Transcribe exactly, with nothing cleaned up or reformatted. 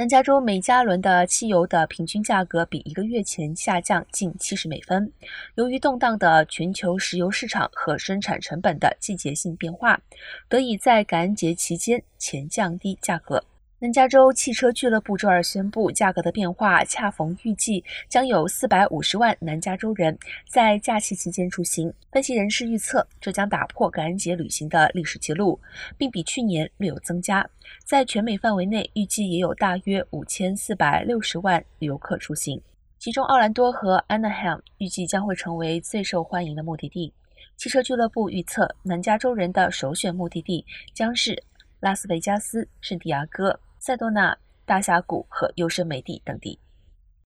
南加州每加仑的汽油的平均价格比一个月前下降近七十美分。由于动荡的全球石油市场和生产成本的季节性变化，得以在感恩节期间前降低价格。南加州汽车俱乐部周二宣布，价格的变化恰逢预计将有四百五十万南加州人在假期期间出行。分析人士预测，这将打破感恩节旅行的历史记录，并比去年略有增加。在全美范围内，预计也有大约五千四百六十万游客出行，其中奥兰多和 Anaheim 预计将会成为最受欢迎的目的地。汽车俱乐部预测，南加州人的首选目的地将是拉斯维加斯、圣地亚哥、塞多纳、大峡谷和优胜美地等地。